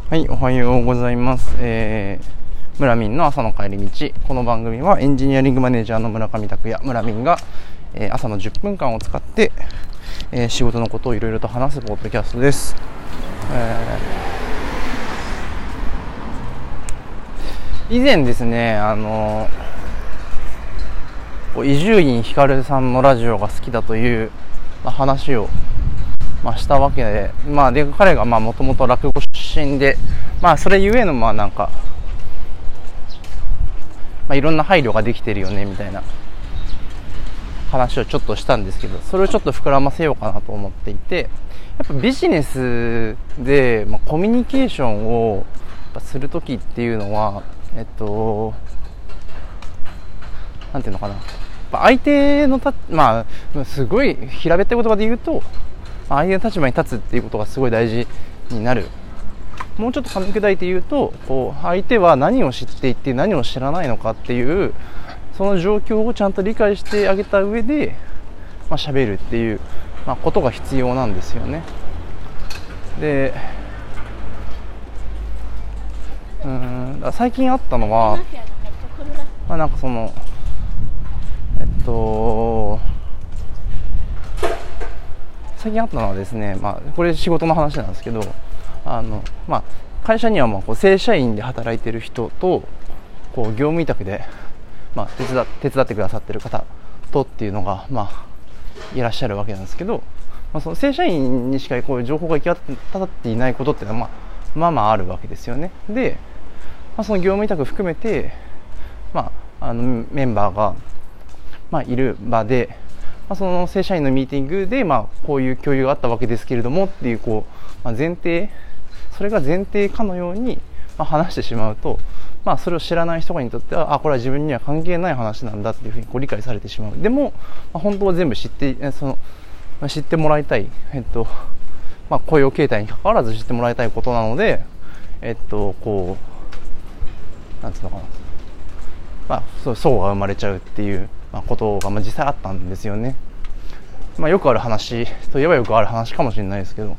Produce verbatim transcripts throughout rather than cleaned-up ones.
はい、おはようございます。えー、村民の朝の帰り道。この番組はエンジニアリングマネージャーの村上拓也、村民が、えー、朝のじゅっぷんかんを使って、えー、仕事のことをいろいろと話すポッドキャストです。えー、以前ですね、あの伊集院光さんのラジオが好きだという、まあ、話をまあ、したわけで、まあ、で彼がもともと落語出身で、まあ、それゆえのまあなんか、まあ、いろんな配慮ができてるよねみたいな話をちょっとしたんですけど、それをちょっと膨らませようかなと思っていて、やっぱビジネスで、まあ、コミュニケーションをするときっていうのは、えっとなんていうのかな、相手のたまあすごい平べったい言葉で言うと、相手の立場に立つっていうことがすごい大事になる。もうちょっと噛み砕いて言うと、こう相手は何を知っていて何を知らないのかっていうその状況をちゃんと理解してあげた上で、まあ、喋るっていう、まあ、ことが必要なんですよね。で、うーん最近あったのは、まあ、なんかそのえっと最近あったのはですね、まあ、これ仕事の話なんですけど、あの、まあ、会社にはまあこう正社員で働いている人とこう業務委託で、まあ、手伝、手伝ってくださっている方とっていうのが、まあ、いらっしゃるわけなんですけど、まあ、その正社員にしかこういう情報が行き渡っていないことっていうのは、まあ、まあまああるわけですよね。で、まあ、その業務委託含めて、まあ、あのメンバーが、まあ、いる場で、まあ、その正社員のミーティングで、まあ、こういう共有があったわけですけれどもっていう、こう、まあ、前提、それが前提かのように、まあ、話してしまうと、まあ、それを知らない人にとっては、あ、これは自分には関係ない話なんだっていうふうにこう理解されてしまう。でも、まあ、本当は全部知って、その、まあ、知ってもらいたい、えっと、まあ、雇用形態に関わらず知ってもらいたいことなので、えっと、こう、なんつうのかな、まあ、そう、層が生まれちゃうっていう、まあ、ことが、まあ、実際あったんですよね。まあ、よくある話といえばよくある話かもしれないですけど、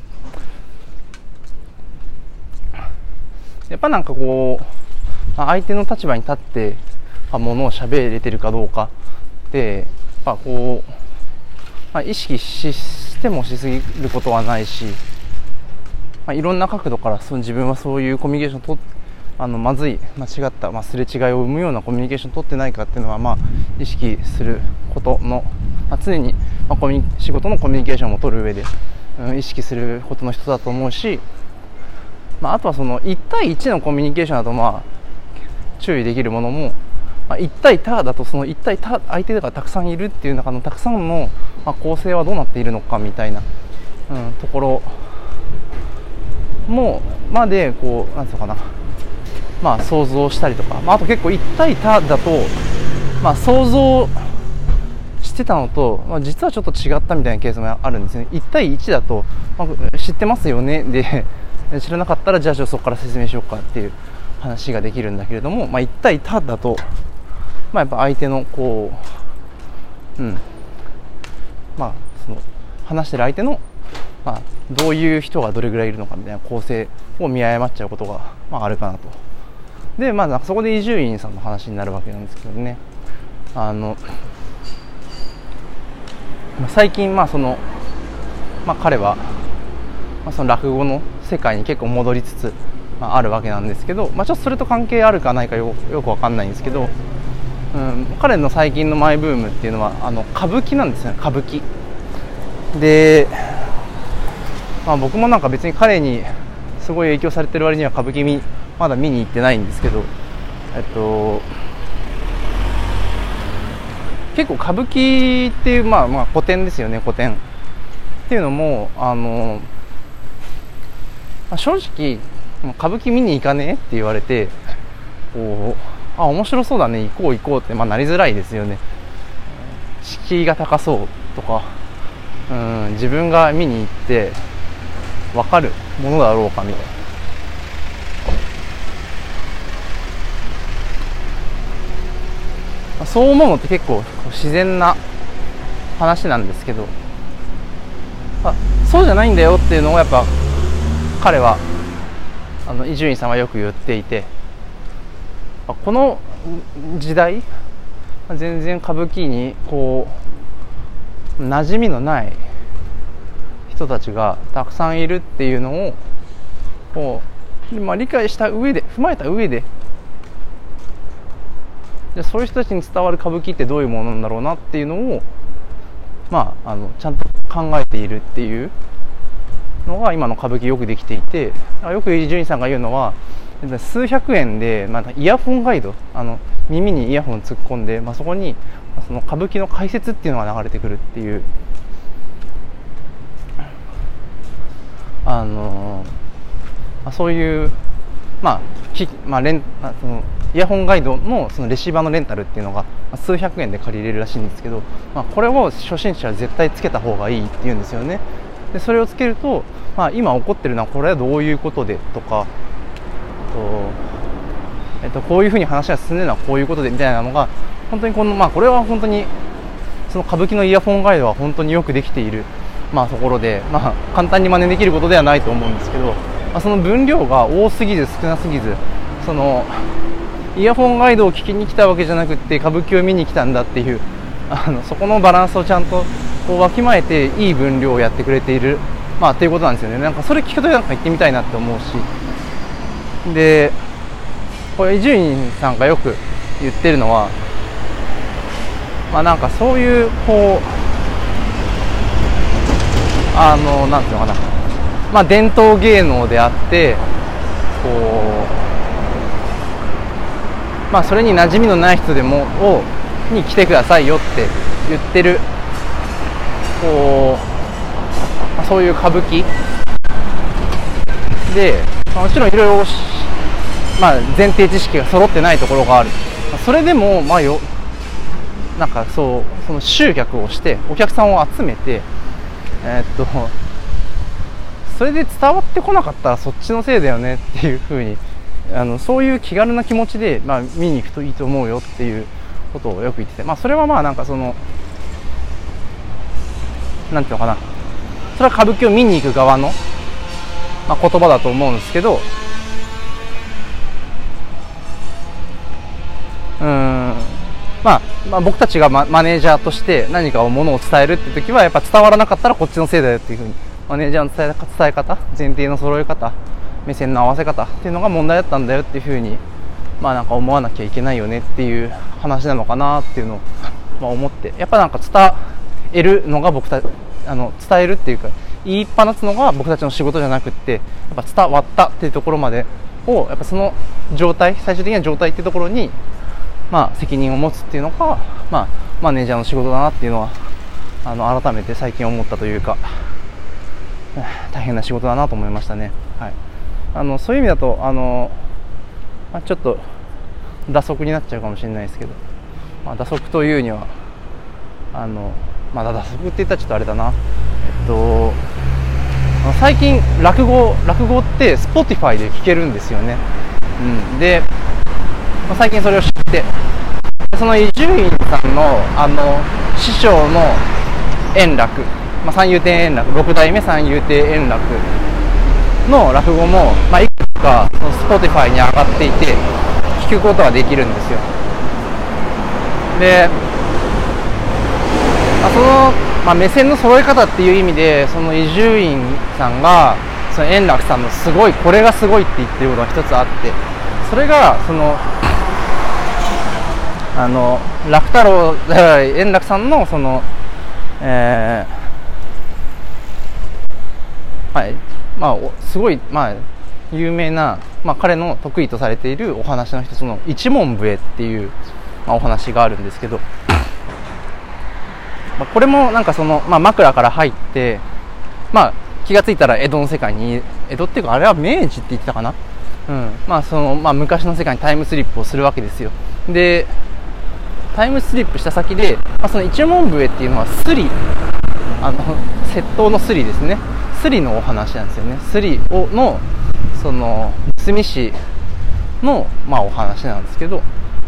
やっぱなんかこう、まあ、相手の立場に立ってものを喋れてるかどうかで、やっぱこう、まあ、意識ししてもしすぎることはないし、まあ、いろんな角度からその自分はそういうコミュニケーションをとあのまずい間違った、まあ、すれ違いを生むようなコミュニケーションを取ってないかっていうのは、まあ、意識することの、まあ、常に、まあ、コミ仕事のコミュニケーションを取る上で、うん、意識することの一つだと思うし、まあ、あとはそのいち対いちのコミュニケーションだと、まあ、注意できるものも、まあ、いち対他だとそのいち対他相手がたくさんいるっていう中のたくさんの、まあ、構成はどうなっているのかみたいな、うん、ところもまでこうなんていうのかな、まあ、想像したりとか、まあ、あと結構いち対他だと、まあ、想像してたのと、まあ、実はちょっと違ったみたいなケースもあるんですね。いち対いちだと、まあ、知ってますよねで知らなかったらじゃあそこから説明しようかっていう話ができるんだけれども、まあ、いち対他だと、まあ、やっぱ相手のこう、うんまあ、その話してる相手の、まあ、どういう人がどれぐらいいるのかみたいな構成を見誤っちゃうことが、まあ、あるかなと。で、まあ、そこで伊集院さんの話になるわけなんですけどね、あの最近、まあそのまあ、彼は、まあ、その落語の世界に結構戻りつつ、まあ、あるわけなんですけど、まあ、ちょっとそれと関係あるかないか よ, よくわかんないんですけど、うん、彼の最近のマイブームっていうのはあの歌舞伎なんですね。歌舞伎で、まあ、僕もなんか別に彼にすごい影響されてる割には歌舞伎見まだ見に行ってないんですけど、えっと結構歌舞伎っていう、まあ、まあ古典ですよね。古典っていうのもあの、まあ、正直歌舞伎見に行かねえって言われて、こうあ面白そうだね行こう行こうって、まあ、なりづらいですよね。敷居が高そうとか、うん、自分が見に行って分かるものだろうかみたいな。そう思うのって結構自然な話なんですけど、そうじゃないんだよっていうのをやっぱ彼はあの伊集院さんはよく言っていて、この時代全然歌舞伎にこう馴染みのない人たちがたくさんいるっていうのをこう、まあ、理解した上で踏まえた上で、でそういう人たちに伝わる歌舞伎ってどういうものなんだろうなっていうのを、まあ、あのちゃんと考えているっていうのが今の歌舞伎よくできていて、よく伊集院さんが言うのは数百円で、まあ、イヤホンガイド、あの耳にイヤホン突っ込んで、まあ、そこにその歌舞伎の解説っていうのが流れてくるっていう、あのー、そういう、まあきまあ、レンそのイヤホンガイド の, そのレシーバーのレンタルっていうのが数百円で借りれるらしいんですけど、まあ、これを初心者は絶対つけた方がいいっていうんですよね。でそれをつけると、まあ、今起こってるのはこれはどういうことでとか、えっと、こういうふうに話が進んでるのはこういうことでみたいなのが本当にこの、まあ、これは本当にその歌舞伎のイヤホンガイドは本当によくできている、まあ、ところで、まあ、簡単に真似できることではないと思うんですけど、まあ、その分量が多すぎず少なすぎず、そのイヤホンガイドを聞きに来たわけじゃなくて歌舞伎を見に来たんだっていう、あのそこのバランスをちゃんとこうわきまえていい分量をやってくれている、まあということなんですよね。なんかそれ聞くとなんか行ってみたいなって思うし、でこれ伊集院さんがよく言ってるのは、まあなんかそういうこうあのなんていうのかな、まあ伝統芸能であってこうまあそれに馴染みのない人でもをに来てくださいよって言ってるこうそういう歌舞伎で、もちろんいろいろまあ前提知識が揃ってないところがある。それでもまあよなんかそうその集客をしてお客さんを集めて、えー、っとそれで伝わってこなかったらそっちのせいだよねっていう風に、あのそういう気軽な気持ちで、まあ、見に行くといいと思うよっていうことをよく言ってて、まあそれはまあなんかそのなんていうのかな、それは歌舞伎を見に行く側の、まあ、言葉だと思うんですけど、うーん、まあ、まあ僕たちがマネージャーとして何かをものを伝えるって時はやっぱ伝わらなかったらこっちのせいだよっていうふうに、マネージャーの伝え、伝え方、前提の揃え方、目線の合わせ方っていうのが問題だったんだよっていうふうに、まあなんか思わなきゃいけないよねっていう話なのかなっていうのを、まあ、思って、やっぱなんか伝えるのが僕たあの伝えるっていうか言いっ放つのが僕たちの仕事じゃなくって、やっぱ伝わったっていうところまでをやっぱその状態、最終的な状態っていうところにまあ責任を持つっていうのが、まあマネージャーの仕事だなっていうのはあの改めて最近思ったというか、大変な仕事だなと思いましたね。はい、あのそういう意味だとあの、まあ、ちょっと打足になっちゃうかもしれないですけど、まあ、打足というにはあのまだ打足って言ったらちょっとあれだな、えっと最近落語落語って Spotify で聴けるんですよね。うん、で、まあ、最近それを知って、その伊集院さんのあの師匠の円楽、まあ、三遊亭円楽、六代目三遊亭円楽の落語も、まあ、いくつかその Spotify に上がっていて聞くことができるんですよ。でまあ、その、まあ、目線の揃え方っていう意味で、その伊集院さんがその円楽さんのすごい、これがすごいって言ってることが一つあって、それがそのあの楽太郎円楽さんのその、えーはいまあ、すごい、まあ、有名な、まあ、彼の得意とされているお話の一つの一門笛っていう、まあ、お話があるんですけど、これもなんかその、まあ、枕から入って、まあ、気がついたら江戸の世界に、江戸っていうかあれは明治って言ってたかな、うんまあそのまあ、昔の世界にタイムスリップをするわけですよ。でタイムスリップした先で、まあ、その一門笛っていうのはスリ、あの窃盗のスリですね、スリのお話なんですよね。スリをのその盗み師の、まあ、お話なんですけど、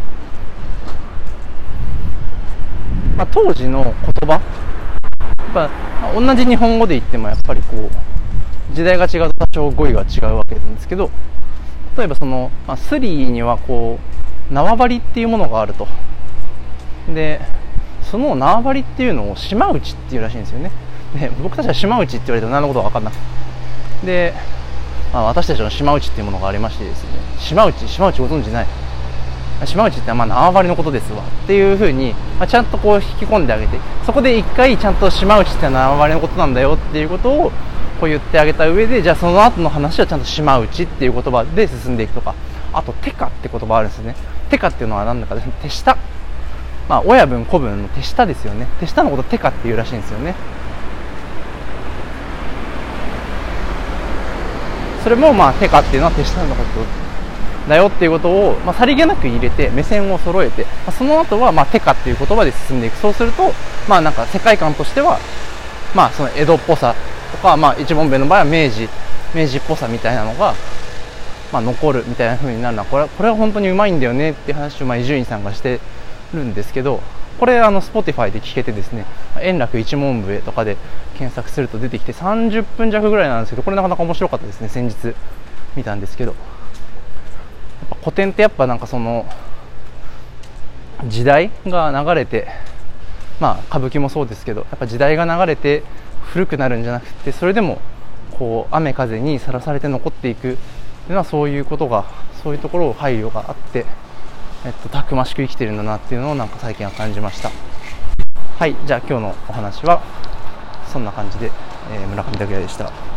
まあ、当時の言葉、やっぱ同じ日本語で言ってもやっぱりこう時代が違うと多少語彙が違うわけなんですけど、 例えばその、まあ、スリーにはこう縄張りっていうものがあると。でその縄張りっていうのを島内っていうらしいんですよね。で僕たちは島内って言われても何のことか分かんなくて、で、まあ、私たちの島内っていうものがありましてですね、島内島内ご存知ない？島内ってまあ縄張りのことですわっていうふうに、まあ、ちゃんとこう引き込んであげて、そこで一回ちゃんと島内って縄張りのことなんだよっていうことをこう言ってあげた上で、じゃあその後の話はちゃんと島内っていう言葉で進んでいくとか、あとテカって言葉あるんですよね。テカっていうのは何だかですね、手下、まあ親分子分の手下ですよね。手下のことテカっていうらしいんですよね。それもまあテカっていうのは手下のことだよっていうことを、まあ、さりげなく入れて目線を揃えて、まあ、その後はまあテカっていう言葉で進んでいく。そうするとまあなんか世界観としてはまあその江戸っぽさとか、まあ一門兵衛の場合は明治明治っぽさみたいなのがまあ残るみたいな風になるのは、これはこれは本当にうまいんだよねっていう話をまあ伊集院さんがしてるんですけど、これあの Spotify で聞けてですね、円楽一門兵衛とかで検索すると出てきてさんじゅっぷん弱ぐらいなんですけど、これなかなか面白かったですね。先日見たんですけど、古典ってやっぱなんかその時代が流れて、まあ歌舞伎もそうですけど、やっぱ時代が流れて古くなるんじゃなくて、それでもこう雨風にさらされて残っていくっていうのは、そういうことが、そういうところを配慮があって、えっと、たくましく生きてるんだなっていうのをなんか最近は感じました。はい、じゃあ今日のお話はそんな感じで、えー、村上拓也でした。